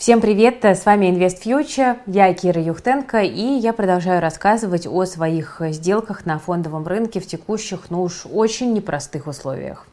Всем привет, с вами Invest Future, я Кира Юхтенко, и я продолжаю рассказывать о своих сделках на фондовом рынке в текущих, уж очень непростых условиях.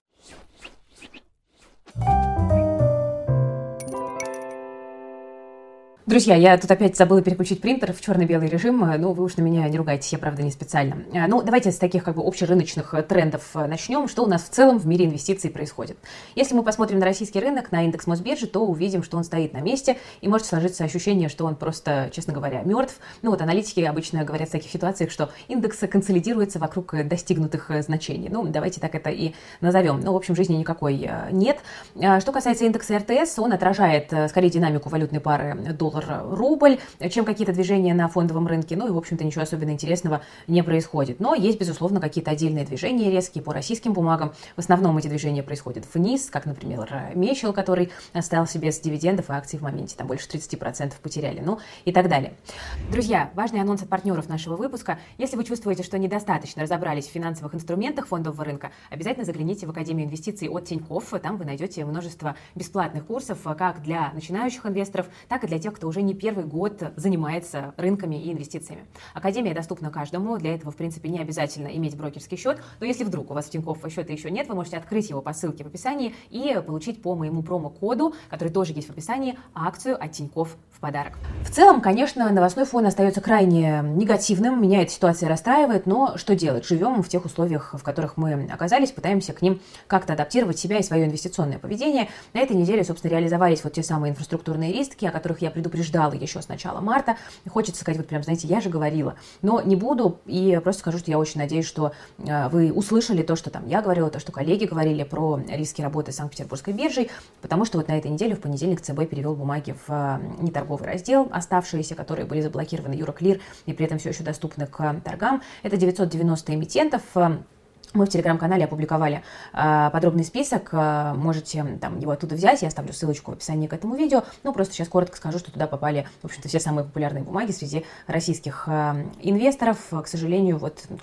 Друзья, я тут опять забыла переключить принтер в черно-белый режим, вы уж на меня не ругайтесь, я, правда, не специально. Давайте с таких общерыночных трендов начнем, что у нас в целом в мире инвестиций происходит. Если мы посмотрим на российский рынок, на индекс Мосбиржи, то увидим, что он стоит на месте, и может сложиться ощущение, что он просто, честно говоря, мертв. Аналитики обычно говорят в таких ситуациях, что индекс консолидируется вокруг достигнутых значений. Давайте так это и назовем. В общем, жизни никакой нет. Что касается индекса РТС, он отражает скорее динамику валютной пары доллар-рубль, чем какие-то движения на фондовом рынке. В общем-то, ничего особенно интересного не происходит. Но есть, безусловно, какие-то отдельные движения резкие по российским бумагам. В основном эти движения происходят вниз, как, например, Мечел, который остался без дивидендов, и акции в моменте там больше 30% потеряли, и так далее. Друзья, важный анонс от партнеров нашего выпуска. Если вы чувствуете, что недостаточно разобрались в финансовых инструментах фондового рынка, обязательно загляните в Академию инвестиций от Тинькофф. Там вы найдете множество бесплатных курсов как для начинающих инвесторов, так и для тех, кто уже не первый год занимается рынками и инвестициями. Академия доступна каждому. Для этого, в принципе, не обязательно иметь брокерский счет. Но если вдруг у вас в Тинькофф счета еще нет, вы можете открыть его по ссылке в описании и получить по моему промокоду, который тоже есть в описании, акцию от Тинькофф в подарок. В целом, конечно, новостной фон остается крайне негативным. Меня эта ситуация расстраивает, но что делать? Живем в тех условиях, в которых мы оказались, пытаемся к ним как-то адаптировать себя и свое инвестиционное поведение. На этой неделе, собственно, реализовались те самые инфраструктурные риски, о которых я предупреждала еще с начала марта. Хочется сказать, я же говорила, но не буду, и просто скажу, что я очень надеюсь, что вы услышали то, что я говорила, то, что коллеги говорили про риски работы с Санкт-Петербургской биржей, потому что на этой неделе, в понедельник, ЦБ перевел бумаги в неторговый раздел, оставшиеся, которые были заблокированы Euroclear и при этом все еще доступны к торгам. Это 990 эмитентов. Мы в телеграм-канале опубликовали подробный список, можете его оттуда взять, я оставлю ссылочку в описании к этому видео. Просто сейчас коротко скажу, что туда попали, в общем-то, все самые популярные бумаги среди российских инвесторов. К сожалению,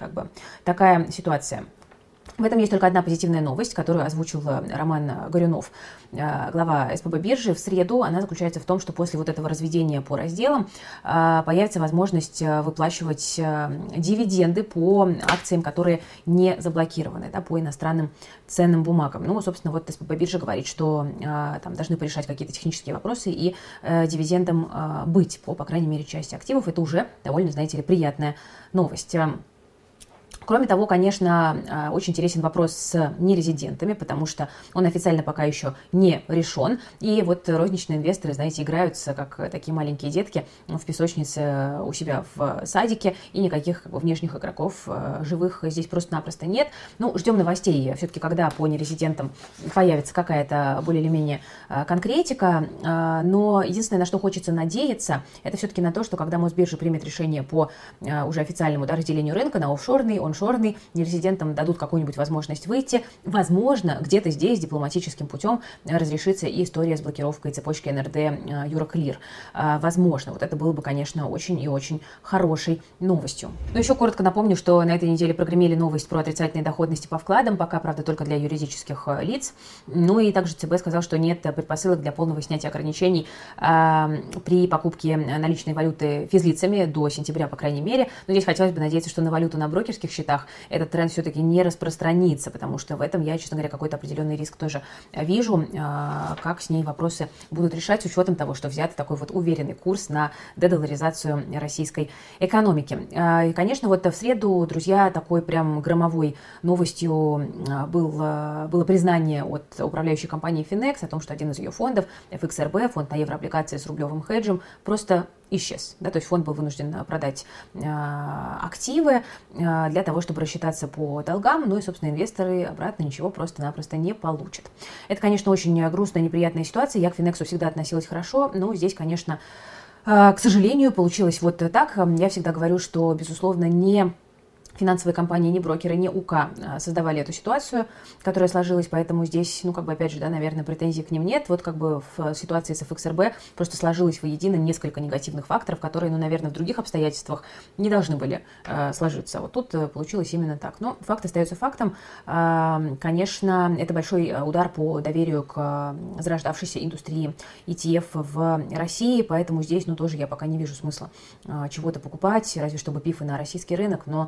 такая ситуация. В этом есть только одна позитивная новость, которую озвучил Роман Горюнов, глава СПБ биржи. В среду она заключается в том, что после этого разведения по разделам появится возможность выплачивать дивиденды по акциям, которые не заблокированы, по иностранным ценным бумагам. Собственно, СПБ биржа говорит, что должны порешать какие-то технические вопросы и дивидендам быть по крайней мере, части активов. Это уже довольно, приятная новость. Кроме того, конечно, очень интересен вопрос с нерезидентами, потому что он официально пока еще не решен. И розничные инвесторы, играются как такие маленькие детки в песочнице у себя в садике, и никаких внешних игроков живых здесь просто-напросто нет. Ждем новостей все-таки, когда по нерезидентам появится какая-то более или менее конкретика. Но единственное, на что хочется надеяться, это все-таки на то, что когда Мосбиржа примет решение по уже официальному разделению рынка на офшорный, оншорный, нерезидентам дадут какую-нибудь возможность выйти. Возможно, где-то здесь дипломатическим путем разрешится и история с блокировкой цепочки НРД Euroclear. Возможно. Это было бы, конечно, очень и очень хорошей новостью. Но еще коротко напомню, что на этой неделе прогремели новость про отрицательные доходности по вкладам, пока, правда, только для юридических лиц. И также ЦБ сказал, что нет предпосылок для полного снятия ограничений при покупке наличной валюты физлицами до сентября, по крайней мере. Но здесь хотелось бы надеяться, что на валюту на брокерских счетах этот тренд все-таки не распространится, потому что в этом я, честно говоря, какой-то определенный риск тоже вижу, как с ней вопросы будут решать с учетом того, что взят такой уверенный курс на дедоларизацию российской экономики. И, конечно, в среду, друзья, такой прям громовой новостью было признание от управляющей компании Finex о том, что один из ее фондов, FXRB, фонд на еврооблигации с рублевым хеджем, просто исчез. То есть фонд был вынужден продать активы для того, чтобы рассчитаться по долгам, и, собственно, инвесторы обратно ничего просто-напросто не получат. Это, конечно, очень грустная, неприятная ситуация. Я к Финексу всегда относилась хорошо, но здесь, конечно, к сожалению, получилось так. Я всегда говорю, что, безусловно, не финансовые компании, ни брокеры, ни УК создавали эту ситуацию, которая сложилась, поэтому здесь, ну, как бы, опять же, да, наверное, претензий к ним нет. Вот, как бы, в ситуации с ФХРБ просто сложилось воедино несколько негативных факторов, которые, ну, наверное, в других обстоятельствах не должны были сложиться. Вот тут получилось именно так. Но факт остается фактом. Конечно, это большой удар по доверию к зарождавшейся индустрии ETF в России, поэтому здесь, ну, тоже я пока не вижу смысла чего-то покупать, разве что бы пифы на российский рынок, но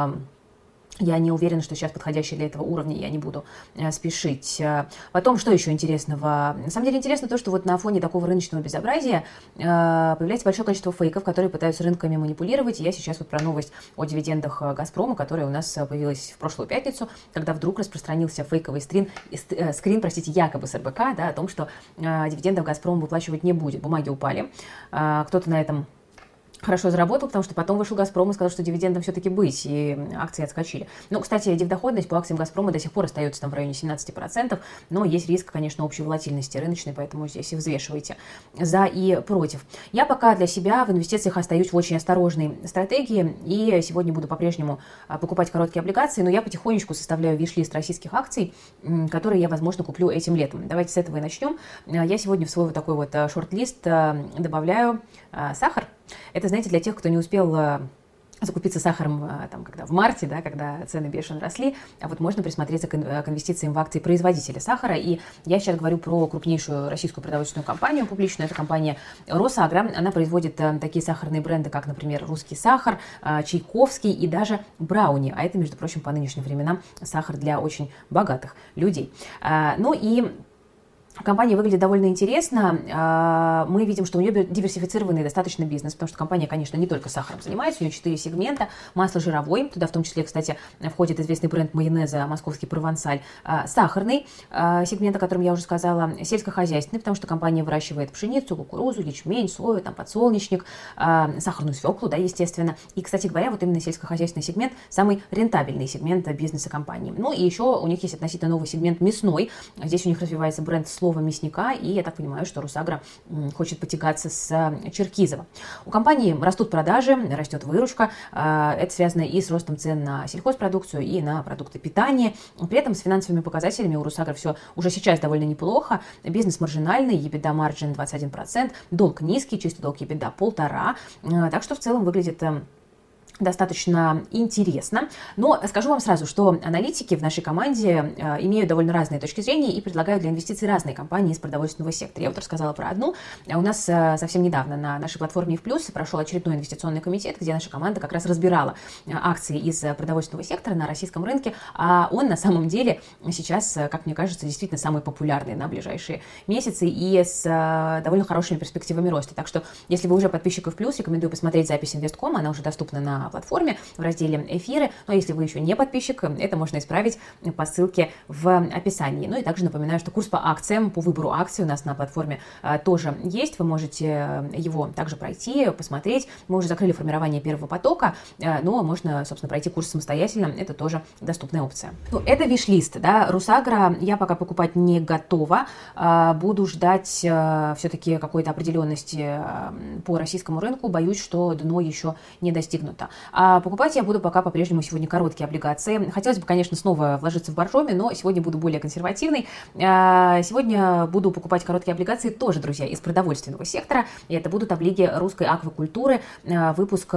я не уверена, что сейчас подходящий для этого уровня, я не буду спешить. Потом, что еще интересного? На самом деле интересно то, что вот на фоне такого рыночного безобразия появляется большое количество фейков, которые пытаются рынками манипулировать. И я сейчас вот про новость о дивидендах «Газпрома», которая у нас появилась в прошлую пятницу, когда вдруг распространился фейковый скрин, якобы с РБК, да, о том, что дивидендов «Газпром» выплачивать не будет. Бумаги упали. Кто-то на этом хорошо заработал, потому что потом вышел «Газпром» и сказал, что дивидендам все-таки быть, и акции отскочили. Ну, кстати, дивдоходность по акциям «Газпрома» до сих пор остается там в районе 17%, но есть риск, конечно, общей волатильности рыночной, поэтому здесь и взвешивайте за и против. Я пока для себя в инвестициях остаюсь в очень осторожной стратегии, и сегодня буду по-прежнему покупать короткие облигации, но я потихонечку составляю виш-лист российских акций, которые я, возможно, куплю этим летом. Давайте с этого и начнем. Я сегодня в свой вот такой вот шорт-лист добавляю сахар. Это, знаете, для тех, кто не успел закупиться сахаром там, когда в марте, да, когда цены бешено росли, а вот можно присмотреться к инвестициям в акции производителя сахара. И я сейчас говорю про крупнейшую российскую продовольственную компанию публичную. Это компания «Росагра». Она производит такие сахарные бренды, как, например, «Русский сахар», «Чайковский» и даже «Брауни». А это, между прочим, по нынешним временам сахар для очень богатых людей. Ну и компания выглядит довольно интересно. Мы видим, что у нее диверсифицированный достаточно бизнес, потому что компания, конечно, не только сахаром занимается, у нее 4 сегмента. Масло жировое, туда в том числе, кстати, входит известный бренд майонеза «Московский провансаль», сахарный сегмент, о котором я уже сказала, сельскохозяйственный, потому что компания выращивает пшеницу, кукурузу, ячмень, сою, там, подсолнечник, сахарную свеклу, да, естественно. И, кстати говоря, вот именно сельскохозяйственный сегмент самый рентабельный сегмент бизнеса компании. Ну и еще у них есть относительно новый сегмент мясной. Здесь у них развивается бренд «Слово мясника», и я так понимаю, что «Росагра» хочет потягаться с Черкизово. У компании растут продажи, растет выручка. Это связано и с ростом цен на сельхозпродукцию, и на продукты питания. При этом с финансовыми показателями у «Росагры» все уже сейчас довольно неплохо. Бизнес маржинальный, EBITDA маржин 21%, долг низкий, чистый долг EBITDA 1,5%. Так что в целом выглядит достаточно интересно. Но скажу вам сразу, что аналитики в нашей команде имеют довольно разные точки зрения и предлагают для инвестиций разные компании из продовольственного сектора. Я вот рассказала про одну. У нас совсем недавно на нашей платформе в плюс прошел очередной инвестиционный комитет, где наша команда как раз разбирала акции из продовольственного сектора на российском рынке. А он на самом деле сейчас, как мне кажется, действительно самый популярный на ближайшие месяцы и с довольно хорошими перспективами роста. Так что, если вы уже подписчик в плюс, рекомендую посмотреть запись Инвестком. Она уже доступна на платформе в разделе «Эфиры». Но если вы еще не подписчик, это можно исправить по ссылке в описании. Ну и также напоминаю, что курс по акциям, по выбору акций у нас на платформе тоже есть. Вы можете его также пройти, посмотреть. Мы уже закрыли формирование первого потока, но можно, собственно, пройти курс самостоятельно. Это тоже доступная опция. Ну, это виш-лист, да. «Росагра» я пока покупать не готова. Буду ждать все-таки какой-то определенности по российскому рынку. Боюсь, что дно еще не достигнуто. А покупать я буду пока по-прежнему сегодня короткие облигации. Хотелось бы, конечно, снова вложиться в Боржоми, но сегодня буду более консервативной. Сегодня буду покупать короткие облигации тоже, друзья, из продовольственного сектора. И это будут облиги русской аквакультуры, выпуск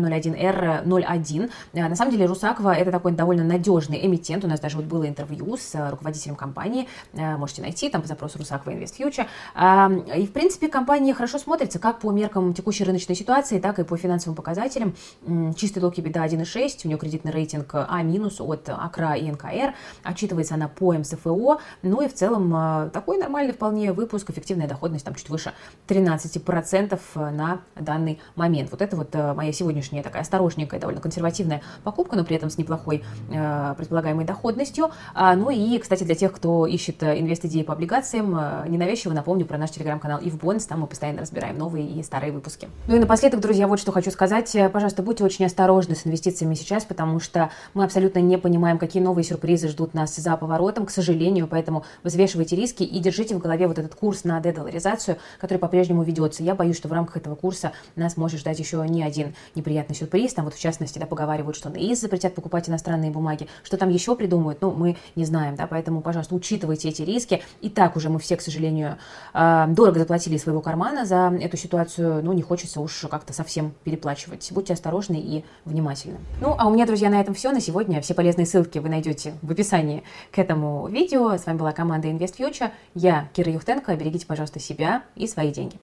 001R01. На самом деле Русаква — это такой довольно надежный эмитент. У нас даже вот было интервью с руководителем компании. Можете найти там по запросу Русаква Invest Future. И, в принципе, компания хорошо смотрится как по меркам текущей рыночной ситуации, так и по финансовым показателям. Чистый долг EBITDA 1,6, у нее кредитный рейтинг А- от АКРА и НКР, отчитывается она по МСФО, ну и в целом такой нормальный вполне выпуск, эффективная доходность там чуть выше 13% на данный момент. Вот это вот моя сегодняшняя такая осторожненькая, довольно консервативная покупка, но при этом с неплохой предполагаемой доходностью. Ну и, кстати, для тех, кто ищет инвест-идеи по облигациям, ненавязчиво напомню про наш телеграм-канал IF Bonds, там мы постоянно разбираем новые и старые выпуски. Ну и напоследок, друзья, вот что хочу сказать. Пожалуйста, будьте очень очень осторожны с инвестициями сейчас, потому что мы абсолютно не понимаем, какие новые сюрпризы ждут нас за поворотом, к сожалению, поэтому взвешивайте риски и держите в голове вот этот курс на дедоларизацию, который по-прежнему ведется. Я боюсь, что в рамках этого курса нас может ждать еще не один неприятный сюрприз. Там вот в частности, да, поговаривают, что НИИ запретят покупать иностранные бумаги, что там еще придумают, ну, мы не знаем, да, поэтому, пожалуйста, учитывайте эти риски. И так уже мы все, к сожалению, дорого заплатили из своего кармана за эту ситуацию, ну, не хочется уж как-то совсем переплачивать. Будьте осторожны и внимательны. Ну, а у меня, друзья, на этом все на сегодня. Все полезные ссылки вы найдете в описании к этому видео. С вами была команда InvestFuture. Я Кира Юхтенко. Берегите, пожалуйста, себя и свои деньги.